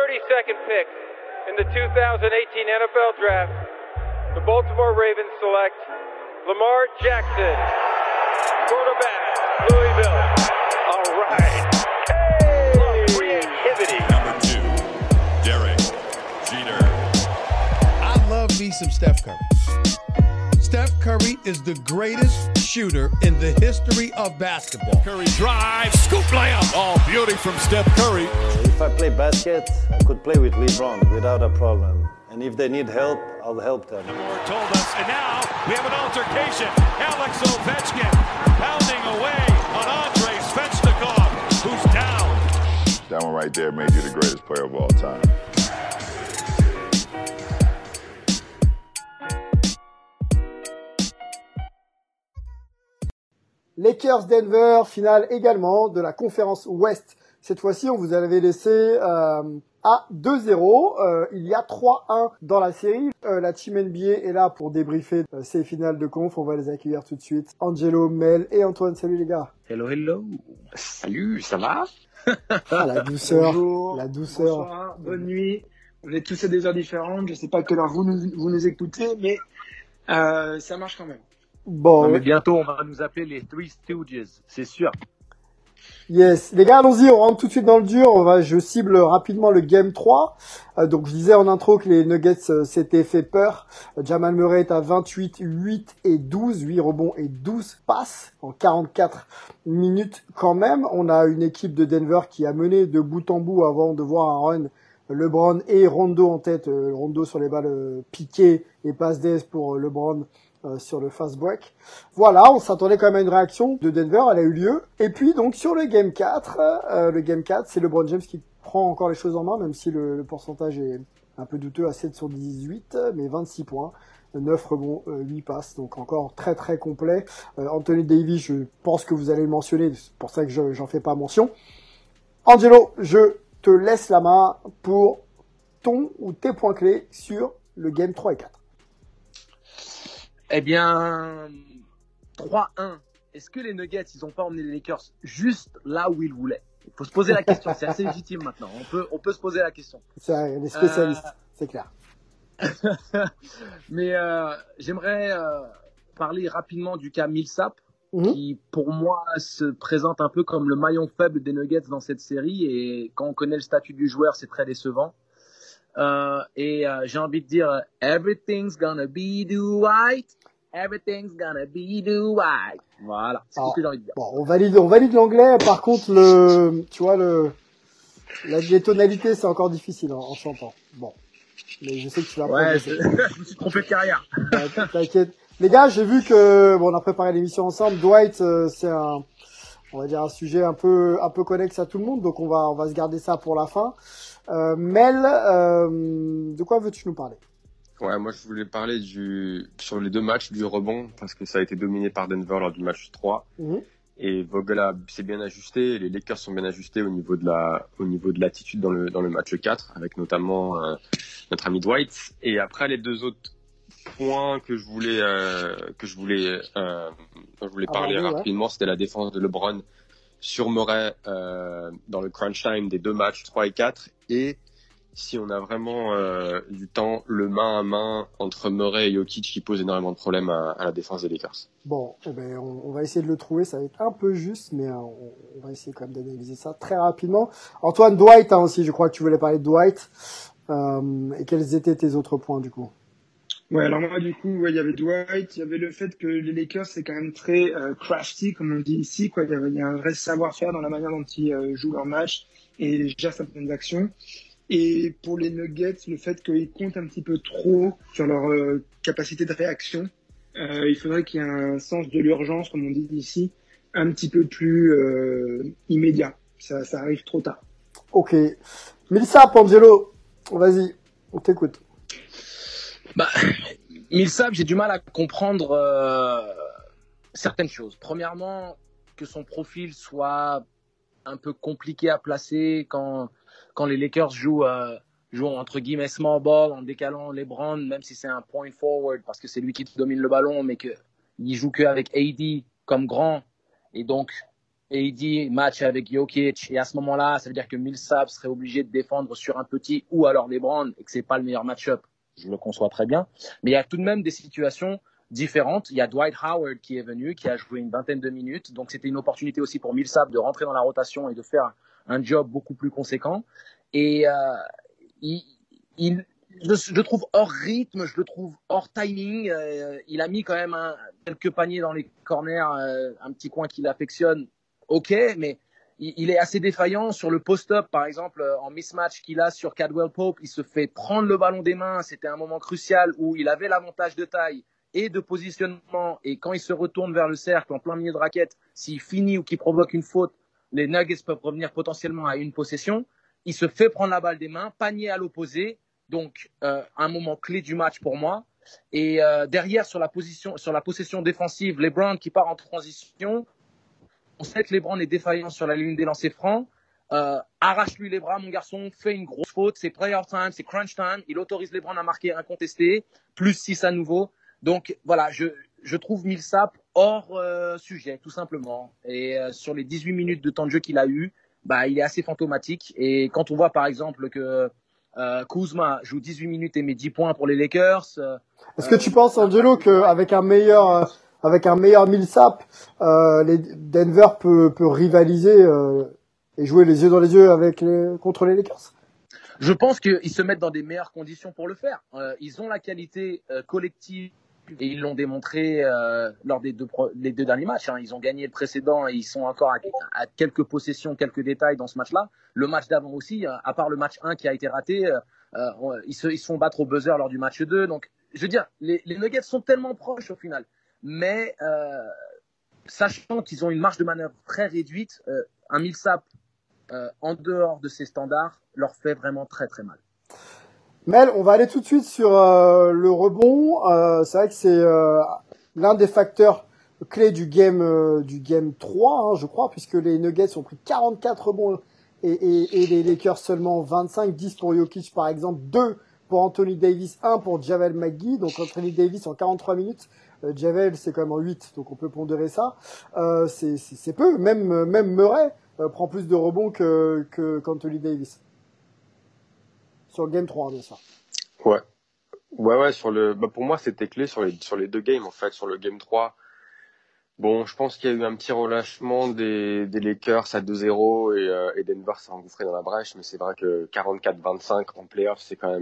32nd pick in the 2018 NFL Draft, the Baltimore Ravens select Lamar Jackson, quarterback, Louisville. All right. Hey! Creativity. Number 2, Derek Jeter. I love me some Steph Curry. Steph Curry is the greatest shooter in the history of basketball. Curry drive, scoop layup. Oh, beauty from Steph Curry. If I play basket, I could play with LeBron without a problem. And if they need help, I'll help them. Moore told us, and now we have an altercation. Alex Ovechkin pounding away on Andrei Svechnikov, who's down. That one right there made you the greatest player of all time. Lakers Denver, finale également de la conférence Ouest. Cette fois-ci, on vous avait laissé à 2-0. Il y a 3-1 dans la série. La team NBA est là pour débriefer ces finales de conf. On va les accueillir tout de suite. Angelo, Mel et Antoine. Salut les gars. Hello, hello. Salut, ça va? Ah, la douceur. Bonjour, la douceur. Bonsoir, bonne nuit. On est tous à des heures différentes. Je sais pas à quelle heure vous nous écoutez, mais ça marche quand même. Bon. Non, mais bientôt, on va nous appeler les Three Stooges, c'est sûr. Yes. Les gars, allons-y, on rentre tout de suite dans le dur. Je cible rapidement le Game 3. Donc, je disais en intro que les Nuggets s'étaient fait peur. Jamal Murray est à 28, 8 et 12, 8 rebonds et 12 passes en 44 minutes quand même. On a une équipe de Denver qui a mené de bout en bout avant de voir un run LeBron et Rondo en tête. Rondo sur les balles piquées et passe d'aise pour LeBron sur le fast break. Voilà, on s'attendait quand même à une réaction de Denver, elle a eu lieu. Et puis donc sur le Game 4, c'est LeBron James qui prend encore les choses en main, même si le pourcentage est un peu douteux à 7 sur 18, mais 26 points, 9 rebonds, 8 passes, donc encore très très complet. Anthony Davis, je pense que vous allez le mentionner, c'est pour ça que j'en fais pas mention. Angelo, je te laisse la main pour ton ou tes points clés sur le Game 3 et 4. Eh bien, 3-1. Est-ce que les Nuggets, ils ont pas emmené les Lakers juste là où ils voulaient? Il faut se poser la question. C'est assez légitime maintenant. On peut se poser la question. C'est les spécialistes, c'est clair. Mais j'aimerais parler rapidement du cas Millsap, qui pour moi se présente un peu comme le maillon faible des Nuggets dans cette série. Et quand on connaît le statut du joueur, c'est très décevant. J'ai envie de dire everything's gonna be do right. Everything's gonna be do right. Voilà, c'est tout ce que j'ai envie de dire. Bon, on valide l'anglais. Par contre, les tonalités, c'est encore difficile en chantant. Bon, mais je sais que tu vas. Ouais, je me suis trompé de carrière. T'inquiète. Les gars, j'ai vu que on a préparé l'émission ensemble. Dwight, c'est on va dire un sujet un peu connexe à tout le monde, donc on va se garder ça pour la fin. Mel, de quoi veux-tu nous parler? Ouais, moi je voulais parler sur les deux matchs du rebond parce que ça a été dominé par Denver lors du match 3. Et Vogel s'est bien ajusté, et les Lakers sont bien ajustés au niveau de l'attitude dans le match 4 avec notamment notre ami Dwight. Et après les deux autres points que je voulais parler rapidement, c'était la défense de LeBron sur Murray dans le crunch time des deux matchs 3 et 4, et si on a vraiment du temps, le main à main entre Murray et Jokic qui pose énormément de problèmes à la défense des Lakers. Bon, on va essayer de le trouver, ça va être un peu juste, mais on va essayer quand même d'analyser ça très rapidement. Antoine, Dwight aussi, je crois que tu voulais parler de Dwight. Et quels étaient tes autres points du coup? Ouais, alors moi du coup, il y avait Dwight, il y avait le fait que les Lakers c'est quand même très crafty comme on dit ici, quoi. Il y a un vrai savoir-faire dans la manière dont ils jouent leur match et gèrent certaines actions. Et pour les Nuggets, le fait qu'ils comptent un petit peu trop sur leur capacité de réaction, il faudrait qu'il y ait un sens de l'urgence, comme on dit ici, un petit peu plus immédiat. Ça arrive trop tard. Ok. Millsap, Angelo, vas-y, on t'écoute. Millsap, j'ai du mal à comprendre certaines choses. Premièrement, que son profil soit un peu compliqué à placer quand les Lakers jouent entre guillemets small ball en décalant LeBron, même si c'est un point forward parce que c'est lui qui domine le ballon, mais qu'il joue qu'avec AD comme grand, et donc et il dit match avec Jokic, et à ce moment-là, ça veut dire que Millsap serait obligé de défendre sur un petit ou alors LeBron, et que c'est pas le meilleur match-up. Je le conçois très bien. Mais il y a tout de même des situations différentes. Il y a Dwight Howard qui est venu, qui a joué une vingtaine de minutes. Donc, c'était une opportunité aussi pour Millsap de rentrer dans la rotation et de faire un job beaucoup plus conséquent. Et je le trouve hors rythme, je le trouve hors timing. Il a mis quand même quelques paniers dans les corners, un petit coin qu'il affectionne. Ok, mais il est assez défaillant sur le post-up, par exemple, en mismatch qu'il a sur Caldwell Pope. Il se fait prendre le ballon des mains. C'était un moment crucial où il avait l'avantage de taille et de positionnement. Et quand il se retourne vers le cercle en plein milieu de raquette, s'il finit ou qu'il provoque une faute, les Nuggets peuvent revenir potentiellement à une possession. Il se fait prendre la balle des mains, panier à l'opposé. Donc, un moment clé du match pour moi. Et derrière, sur la possession défensive, LeBron qui part en transition. On sait que LeBron est défaillant sur la ligne des lancers francs. Arrache-lui les bras, mon garçon, fait une grosse faute. C'est playoff time, c'est crunch time. Il autorise LeBron à marquer incontesté, plus 6 à nouveau. Donc voilà, je trouve Millsap hors sujet, tout simplement. Et sur les 18 minutes de temps de jeu qu'il a eu, il est assez fantomatique. Et quand on voit par exemple que Kuzma joue 18 minutes et met 10 points pour les Lakers. Est-ce que tu penses, Angelo, qu'avec un meilleur Millsap, Denver peut rivaliser et jouer les yeux dans les yeux contre les Lakers? Je pense qu'ils se mettent dans des meilleures conditions pour le faire. Ils ont la qualité collective et ils l'ont démontré lors des deux derniers matchs. Ils ont gagné le précédent et ils sont encore à quelques possessions, quelques détails dans ce match-là. Le match d'avant aussi, à part le match 1 qui a été raté, ils se font battre au buzzer lors du match 2. Donc, je veux dire, les Nuggets sont tellement proches au final. Mais sachant qu'ils ont une marge de manœuvre très réduite, un Millsap en dehors de ses standards leur fait vraiment très très mal. Mel, on va aller tout de suite sur le rebond. C'est vrai que c'est l'un des facteurs clés du game 3, je crois, puisque les Nuggets ont pris 44 rebonds et les Lakers seulement 25, 10 pour Jokic par exemple, 2 pour Anthony Davis, 1 pour Javel McGee. Donc Anthony Davis en 43 minutes, Javel c'est quand même en 8, donc on peut pondérer ça. C'est peu, même Murray prend plus de rebonds qu'Anthony Davis. Sur le game 3, bien sûr. Ouais, pour moi, c'était clé sur les deux games, en fait. Sur le game 3, bon, je pense qu'il y a eu un petit relâchement des Lakers à 2-0 et Denver s'est engouffré dans la brèche, mais c'est vrai que 44-25 en playoff, c'est quand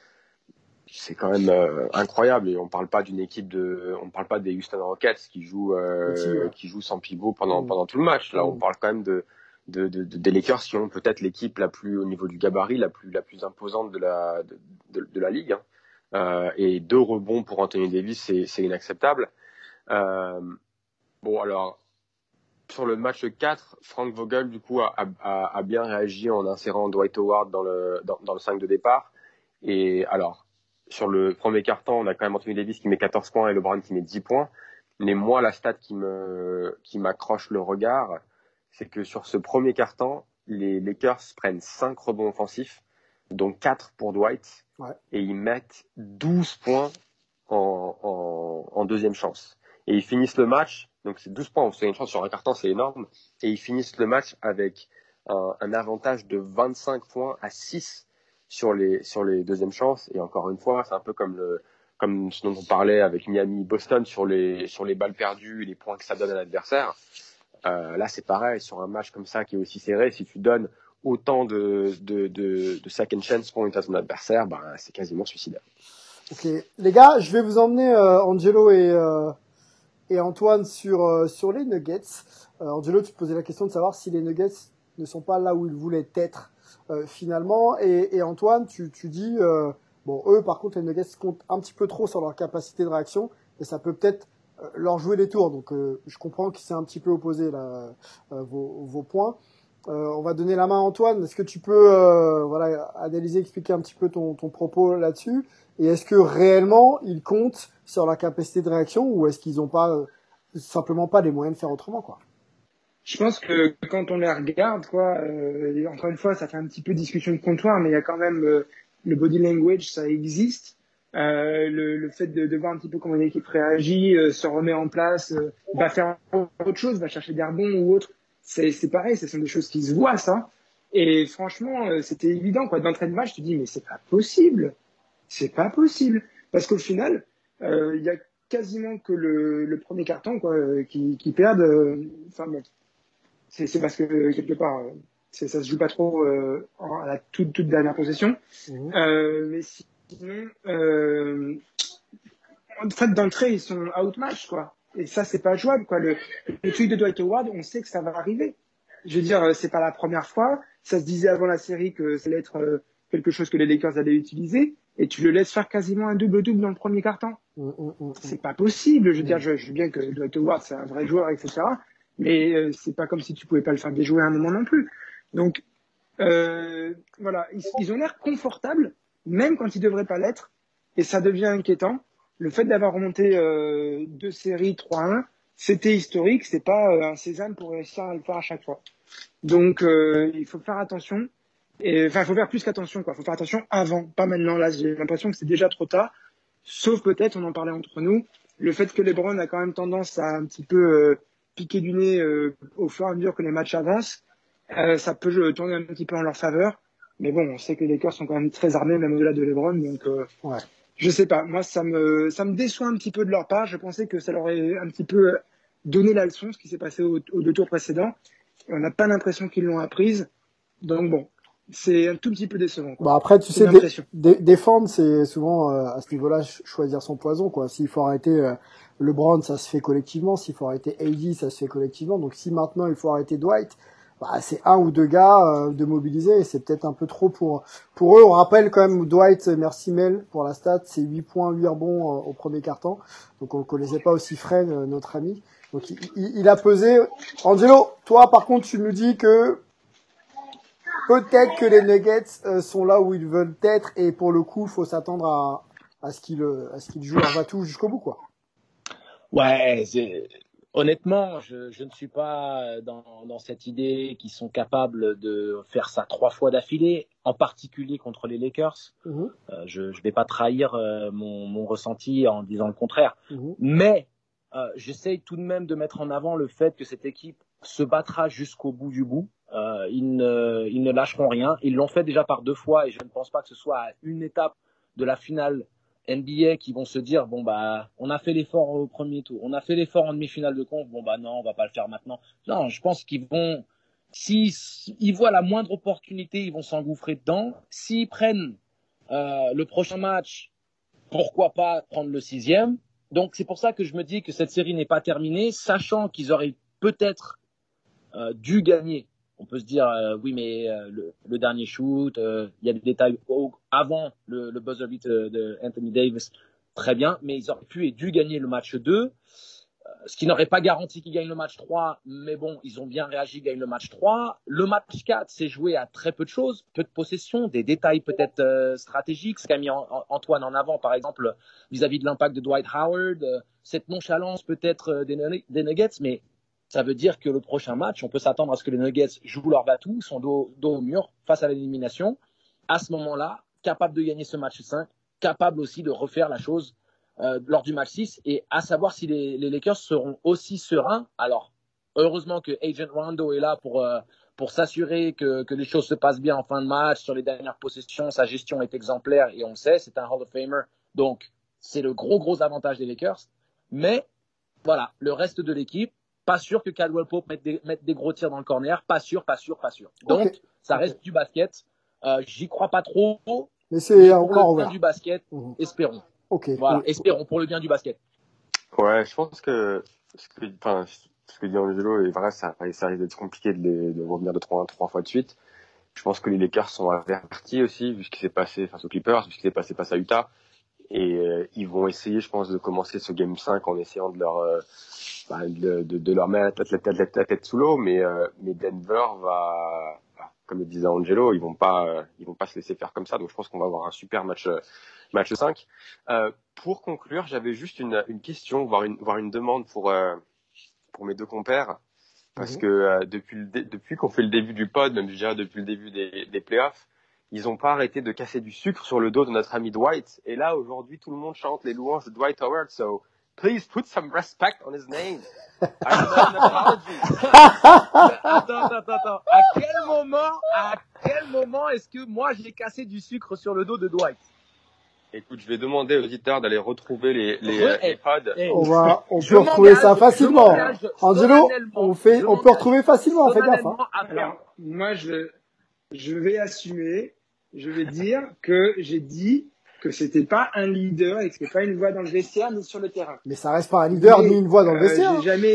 même incroyable. Et on parle pas on parle pas des Houston Rockets qui jouent sans pivot pendant tout le match. Là, on parle quand même des Lakers qui ont peut-être l'équipe la plus, au niveau du gabarit, la plus imposante de la ligue. Et 2 rebonds pour Anthony Davis, c'est inacceptable. Bon, alors, sur le match 4, Frank Vogel, du coup, a bien réagi en insérant Dwight Howard dans le 5 de départ. Et alors, sur le premier quart-temps, on a quand même Anthony Davis qui met 14 points et LeBron qui met 10 points. Mais moi, la stat qui m'accroche le regard, c'est que sur ce premier quart-temps, les Lakers prennent 5 rebonds offensifs, dont 4 pour Dwight, et ils mettent 12 points en deuxième chance. Et ils finissent le match, donc c'est 12 points, c'est une chance sur un quart-temps, c'est énorme, et ils finissent le match avec un avantage de 25 points à 6 sur les deuxièmes chances. Et encore une fois, c'est un peu comme ce dont on parlait avec Miami-Boston sur les balles perdues, les points que ça donne à l'adversaire. Là, c'est pareil, sur un match comme ça qui est aussi serré, si tu donnes autant de second chance points à ton adversaire, c'est quasiment suicidaire. Ok, les gars, je vais vous emmener Angelo et Antoine sur les Nuggets. Angelo, tu te posais la question de savoir si les Nuggets ne sont pas là où ils voulaient être finalement. Et Antoine, tu dis eux, par contre, les Nuggets comptent un petit peu trop sur leur capacité de réaction et ça peut peut-être leur jouer des tours. Donc je comprends que c'est un petit peu opposé là vos points. On va donner la main à Antoine. Est-ce que tu peux analyser, expliquer un petit peu ton propos là-dessus? Et est-ce que réellement ils comptent sur la capacité de réaction ou est-ce qu'ils n'ont pas simplement pas les moyens de faire autrement, quoi? Je pense que quand on les regarde, encore une fois, ça fait un petit peu discussion de comptoir, mais il y a quand même le body language, ça existe. Le fait de voir un petit peu comment une équipe réagit, se remet en place, va faire autre chose, va chercher des rebonds ou autre. c'est pareil, ce sont des choses qui se voient, ça. Et franchement, c'était évident, quoi. D'entrée de match, tu te dis, mais c'est pas possible. C'est pas possible. Parce qu'au final, il y a quasiment que le premier carton, quoi, qui perdent. Enfin bon, c'est parce que quelque part, ça se joue pas trop à la toute dernière possession. Mais sinon, en fait, d'entrée, ils sont outmatch, quoi. Et ça, c'est pas jouable, quoi. Le truc de Dwight Howard, on sait que ça va arriver. Je veux dire, c'est pas la première fois. Ça se disait avant la série que ça allait être quelque chose que les Lakers allaient utiliser. Et tu le laisses faire quasiment un double-double dans le premier quart-temps. C'est pas possible. Je veux dire, je veux bien que Dwight Howard, c'est un vrai joueur, etc. Mais c'est pas comme si tu pouvais pas le faire déjouer à un moment non plus. Donc, voilà. Ils ont l'air confortables, même quand ils devraient pas l'être. Et ça devient inquiétant. Le fait d'avoir remonté 2 séries 3-1, c'était historique. C'est pas un sésame pour réussir à le faire à chaque fois. Donc, il faut faire attention. Enfin, il faut faire plus qu'attention, quoi. Il faut faire attention avant, pas maintenant. Là, j'ai l'impression que c'est déjà trop tard. Sauf peut-être, on en parlait entre nous, le fait que LeBron a quand même tendance à un petit peu piquer du nez au fur et à mesure que les matchs avancent. Ça peut tourner un petit peu en leur faveur. Mais bon, on sait que les Lakers sont quand même très armés, même au-delà de LeBron. Donc, je sais pas. Moi, ça me déçoit un petit peu de leur part. Je pensais que ça leur aurait un petit peu donné la leçon, ce qui s'est passé aux 2 tours précédents. Et on n'a pas l'impression qu'ils l'ont apprise. Donc bon, c'est un tout petit peu décevant, quoi. Bah après, tu sais, défendre, c'est souvent à ce niveau-là choisir son poison, quoi. S'il faut arrêter LeBron, ça se fait collectivement. S'il faut arrêter AD, ça se fait collectivement. Donc si maintenant il faut arrêter Dwight, bah c'est 1 ou 2 gars de mobiliser. Et c'est peut-être un peu trop pour eux. On rappelle quand même Dwight, merci Mel pour la stat, c'est 8 points, 8 rebonds au premier quart-temps. Donc on le connaissait pas aussi frais, notre ami. Donc il a pesé. Angelo, toi par contre, tu nous dis que peut-être que les Nuggets sont là où ils veulent être et pour le coup, faut s'attendre à ce qu'ils jouent leur va-tout jusqu'au bout, quoi. Ouais, honnêtement, je ne suis pas dans cette idée qu'ils sont capables de faire ça 3 fois d'affilée, en particulier contre les Lakers. Je vais pas trahir mon ressenti en disant le contraire. Mais j'essaye tout de même de mettre en avant le fait que cette équipe se battra jusqu'au bout du bout. Ils ne lâcheront rien. Ils l'ont fait déjà par 2 fois et je ne pense pas que ce soit à une étape de la finale NBA qui vont se dire bon bah on a fait l'effort au premier tour, on a fait l'effort en demi-finale de conf, bon bah non on va pas le faire maintenant. Non, je pense qu'ils vont, s'ils voient la moindre opportunité, ils vont s'engouffrer dedans. S'ils prennent le prochain match, pourquoi pas prendre le 6e. Donc c'est pour ça que je me dis que cette série n'est pas terminée, sachant qu'ils auraient peut-être dû gagner. On peut se dire oui mais le dernier shoot, il y a des détails avant le buzzer beat de Anthony Davis, très bien, mais ils auraient pu et dû gagner le match 2, ce qui n'aurait pas garanti qu'ils gagnent le match 3, mais bon, ils ont bien réagi, gagnent le match 3. Le match 4 s'est joué à très peu de choses, peu de possession, des détails peut-être stratégiques, ce qu'a mis Antoine en avant par exemple vis-à-vis de l'impact de Dwight Howard, cette nonchalance peut-être des Nuggets, mais ça veut dire que le prochain match, on peut s'attendre à ce que les Nuggets jouent leur va-tout, sont dos au mur face à l'élimination. À ce moment-là, capable de gagner ce match 5, capable aussi de refaire la chose lors du match 6, et à savoir si les Lakers seront aussi sereins. Alors, heureusement que Agent Rondo est là pour s'assurer que les choses se passent bien en fin de match. Sur les dernières possessions, sa gestion est exemplaire, et on le sait, c'est un Hall of Famer. Donc, c'est le gros avantage des Lakers. Mais, voilà, le reste de l'équipe, pas sûr que Caldwell Pope mette des gros tirs dans le corner. Pas sûr. Donc, ça reste du basket. J'y crois pas trop. Mais c'est encore pour le bien du basket, espérons. Voilà, espérons pour le bien du basket. Ouais, je pense que ce que dit Angelo est vrai, ça risque d'être compliqué de revenir de 3 fois de suite. Je pense que les Lakers sont avertis aussi, vu ce qui s'est passé face aux Clippers, vu ce qui s'est passé face à Utah. Et ils vont essayer, je pense, de commencer ce Game 5 en essayant de leur mettre la tête sous l'eau, mais Denver va, comme le disait Angelo, ils vont pas se laisser faire comme ça. Donc je pense qu'on va avoir un super match 5. Pour conclure, j'avais juste une question, voire une demande pour mes 2 compères, parce que depuis qu'on fait le début du pod, même je dirais depuis le début des playoffs, ils n'ont pas arrêté de casser du sucre sur le dos de notre ami Dwight. Et là, aujourd'hui, tout le monde chante les louanges de Dwight Howard. So, Please put some respect on his name. I demand an apology. Attends. À quel moment est-ce que moi j'ai cassé du sucre sur le dos de Dwight? Écoute, je vais demander aux auditeurs d'aller retrouver les pods. On peut retrouver ça facilement. Angelo, on peut retrouver facilement, fais gaffe. Alors, moi, je vais assumer, je vais dire que j'ai dit que c'était pas un leader et que c'était pas une voix dans le vestiaire ni sur le terrain. Mais ça reste pas un leader ni une voix dans le vestiaire.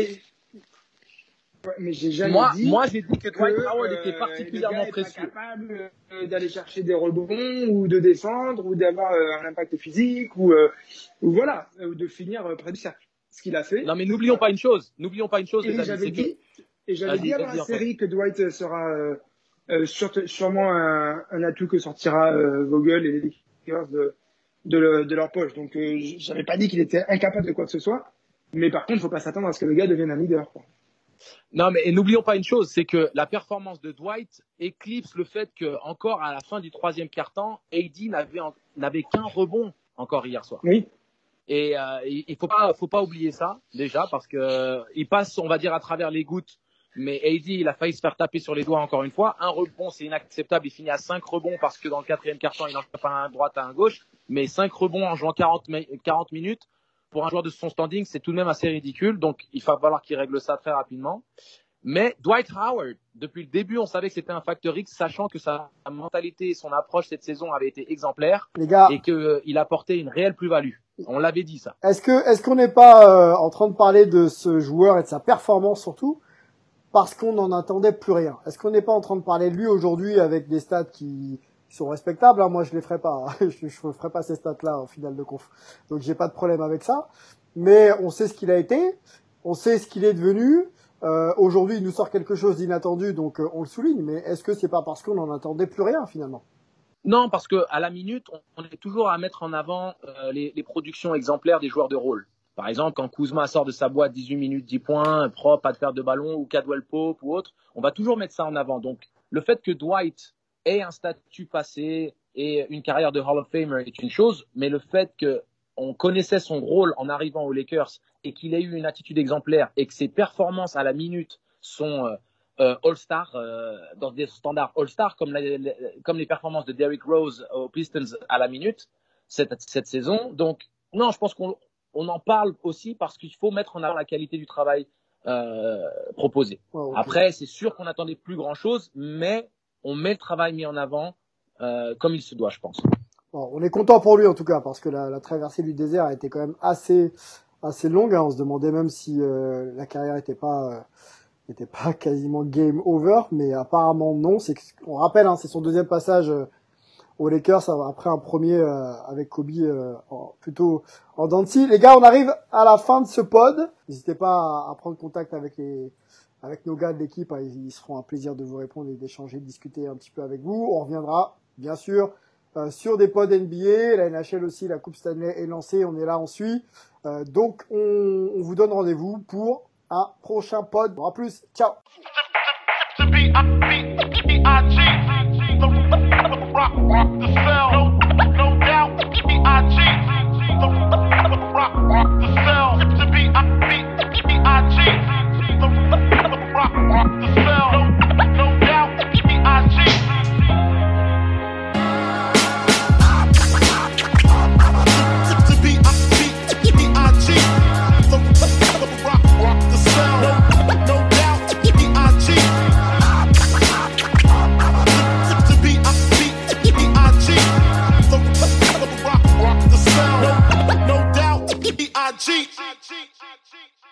J'ai jamais dit. Moi, j'ai dit que Dwight Howard était particulièrement précieux. Capable d'aller chercher des rebonds ou de défendre ou d'avoir un impact physique ou voilà, ou de finir près du cercle. Ce qu'il a fait. Non, mais n'oublions pas une chose. Et j'avais dit avant la série que Dwight sera sûrement un atout que sortira Vogel et les Lakers de leur poche. Donc, j'avais pas dit qu'il était incapable de quoi que ce soit. Mais par contre, il faut pas s'attendre à ce que le gars devienne un leader, quoi. Non, mais n'oublions pas une chose, c'est que la performance de Dwight éclipse le fait que, encore à la fin du troisième quart-temps, AD n'avait qu'un rebond encore hier soir. Oui. Et il faut pas oublier ça déjà parce que il passe, on va dire, à travers les gouttes. Mais AD, il a failli se faire taper sur les doigts encore une fois. Un rebond, c'est inacceptable. Il finit à 5 rebonds parce que dans le quatrième quart-temps, il en fait pas un à droite, à un gauche. Mais 5 rebonds en jouant 40 minutes. Pour un joueur de son standing, c'est tout de même assez ridicule. Donc, il va falloir qu'il règle ça très rapidement. Mais Dwight Howard, depuis le début, on savait que c'était un facteur X, sachant que sa mentalité et son approche cette saison avaient été exemplaires. Les gars, et qu'il apportait une réelle plus-value. On l'avait dit, ça. Est-ce qu'on n'est pas en train de parler de ce joueur et de sa performance surtout parce qu'on n'en attendait plus rien? Est-ce qu'on n'est pas en train de parler de lui aujourd'hui avec des stats qui sont respectables, hein? Moi, je les ferai pas. Je ferai pas ces stats-là en finale de conf. Donc, j'ai pas de problème avec ça. Mais on sait ce qu'il a été. On sait ce qu'il est devenu. Aujourd'hui, il nous sort quelque chose d'inattendu, donc on le souligne. Mais est-ce que c'est pas parce qu'on n'en attendait plus rien, finalement? Non, parce que à la minute, on est toujours à mettre en avant les productions exemplaires des joueurs de rôle. Par exemple, quand Kuzma sort de sa boîte 18 minutes, 10 points, propre, pas de perte de ballon, ou Caldwell Pope ou autre, on va toujours mettre ça en avant. Donc, le fait que Dwight ait un statut passé et une carrière de Hall of Famer est une chose, mais le fait qu'on connaissait son rôle en arrivant aux Lakers et qu'il ait eu une attitude exemplaire et que ses performances à la minute sont All-Star, dans des standards All-Star, comme les performances de Derrick Rose aux Pistons à la minute cette saison. Donc, non, je pense qu'on en parle aussi parce qu'il faut mettre en avant la qualité du travail proposé. Oh, okay. Après, c'est sûr qu'on n'attendait plus grand-chose, mais on met le travail mis en avant comme il se doit, je pense. Bon, on est content pour lui en tout cas parce que la traversée du désert a été quand même assez longue. Hein. On se demandait même si la carrière n'était pas quasiment game over, mais apparemment non. On rappelle, hein, c'est son deuxième passage aux Lakers après un premier avec Kobe plutôt en dents de scie. Les gars, on arrive à la fin de ce pod. N'hésitez pas à prendre contact avec nos gars de l'équipe, ils se feront un plaisir de vous répondre et d'échanger, de discuter un petit peu avec vous. On reviendra, bien sûr, sur des pods NBA, la NHL aussi, la Coupe Stanley est lancée, on est là, on suit. Donc, on vous donne rendez-vous pour un prochain pod. Bon, à plus, ciao. I G.